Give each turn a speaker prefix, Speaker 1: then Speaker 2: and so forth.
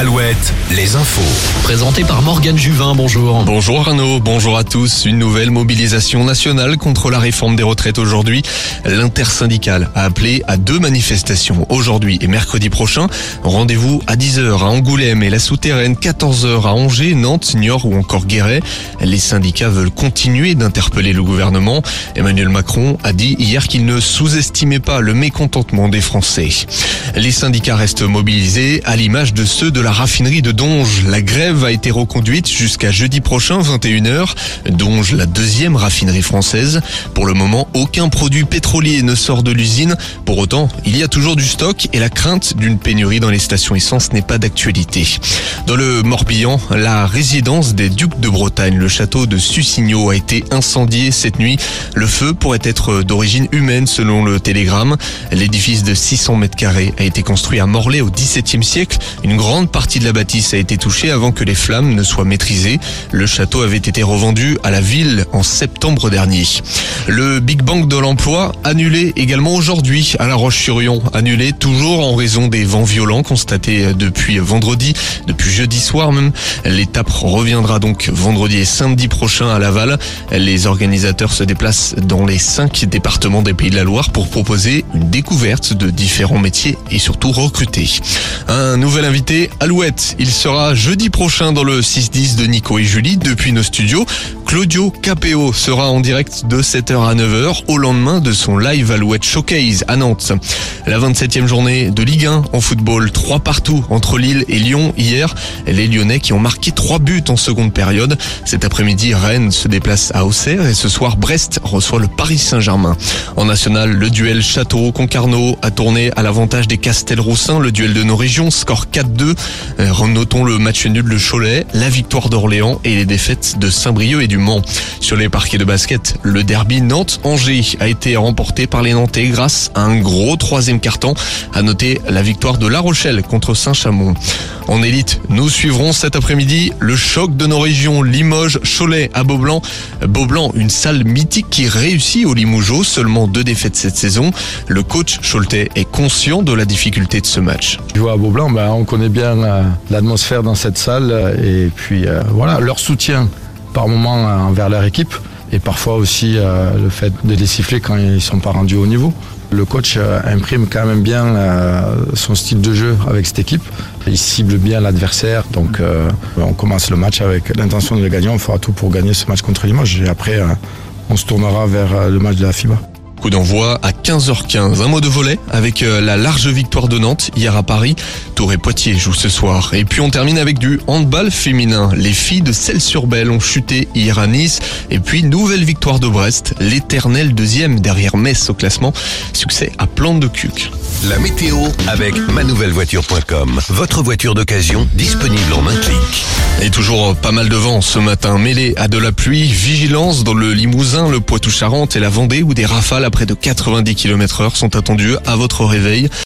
Speaker 1: Alouette, les infos.
Speaker 2: Présenté par Morgane Juvin, bonjour.
Speaker 3: Bonjour Arnaud, bonjour à tous. Une nouvelle mobilisation nationale contre la réforme des retraites aujourd'hui. L'intersyndicale a appelé à 2 manifestations aujourd'hui et mercredi prochain. Rendez-vous à 10h à Angoulême et la Souterraine, 14h à Angers, Nantes, Niort ou encore Guéret. Les syndicats veulent continuer d'interpeller le gouvernement. Emmanuel Macron a dit hier qu'il ne sous-estimait pas le mécontentement des Français. Les syndicats restent mobilisés à l'image de ceux de la raffinerie de Donges. La grève a été reconduite jusqu'à jeudi prochain, 21h. Donges, la 2e raffinerie française. Pour le moment, aucun produit pétrolier ne sort de l'usine. Pour autant, il y a toujours du stock et la crainte d'une pénurie dans les stations essence n'est pas d'actualité. Dans le Morbihan, la résidence des ducs de Bretagne, le château de Sussigno, a été incendié cette nuit. Le feu pourrait être d'origine humaine selon le Télégramme. L'édifice de 600 mètres carrés a été construit à Morlaix au XVIIe siècle. Une grande partie de la bâtisse a été touchée avant que les flammes ne soient maîtrisées. Le château avait été revendu à la ville en septembre dernier. Le Big Bang de l'emploi annulé également aujourd'hui à La Roche-sur-Yon. Annulé toujours en raison des vents violents constatés depuis vendredi, depuis jeudi soir même. L'étape reviendra donc vendredi et samedi prochain à Laval. Les organisateurs se déplacent dans les 5 départements des Pays de la Loire pour proposer une découverte de différents métiers et surtout recruter. Un nouvel invité, Alouette. Il sera jeudi prochain dans le 6-10 de Nico et Julie depuis nos studios. Claudio Capéo sera en direct de 7h à 9h au lendemain de son live Alouette Showcase à Nantes. La 27e journée de Ligue 1 en football, 3 partout entre Lille et Lyon hier. Les Lyonnais qui ont marqué 3 buts en seconde période. Cet après-midi, Rennes se déplace à Auxerre et ce soir, Brest reçoit le Paris Saint-Germain. En national, le duel Châteauroux-Concarneau a tourné à l'avantage des Castelroussins. Le duel de nos régions, score 4-2. Notons le match nul de Cholet, la victoire d'Orléans et les défaites de Saint-Brieuc et du Mans. Sur les parquets de basket, le derby Nantes-Angers a été remporté par les Nantais grâce à un gros 3e quart-temps. À noter la victoire de La Rochelle contre Saint-Chamond. En élite, nous suivrons cet après-midi le choc de nos régions, Limoges-Cholet à Beaublanc. Beaublanc, une salle mythique qui réussit au Limougeot, seulement 2 défaites cette saison. Le coach choletais est conscient de la difficulté de ce match.
Speaker 4: Jouer à Beaublanc, on connaît bien l'atmosphère dans cette salle et puis voilà, leur soutien par moment envers leur équipe et parfois aussi le fait de les siffler quand ils ne sont pas rendus au niveau. Le coach imprime quand même bien son style de jeu avec cette équipe. Il cible bien l'adversaire, donc on commence le match avec l'intention de le gagner. On fera tout pour gagner ce match contre Limoges et après on se tournera vers le match de la FIBA.
Speaker 3: Coup d'envoi à 15h15. Un mot de volley avec la large victoire de Nantes hier à Paris. Tours et Poitiers jouent ce soir. Et puis on termine avec du handball féminin. Les filles de Celles-sur-Belle ont chuté hier à Nice. Et puis nouvelle victoire de Brest, l'éternel 2e derrière Metz au classement. Succès à Plante de Cuques.
Speaker 1: La météo avec manouvellevoiture.com. Votre voiture d'occasion disponible en un clic.
Speaker 3: Et toujours pas mal de vent ce matin, mêlé à de la pluie. Vigilance dans le Limousin, le Poitou-Charentes et la Vendée où des rafales à près de 90 km/h sont attendues à votre réveil.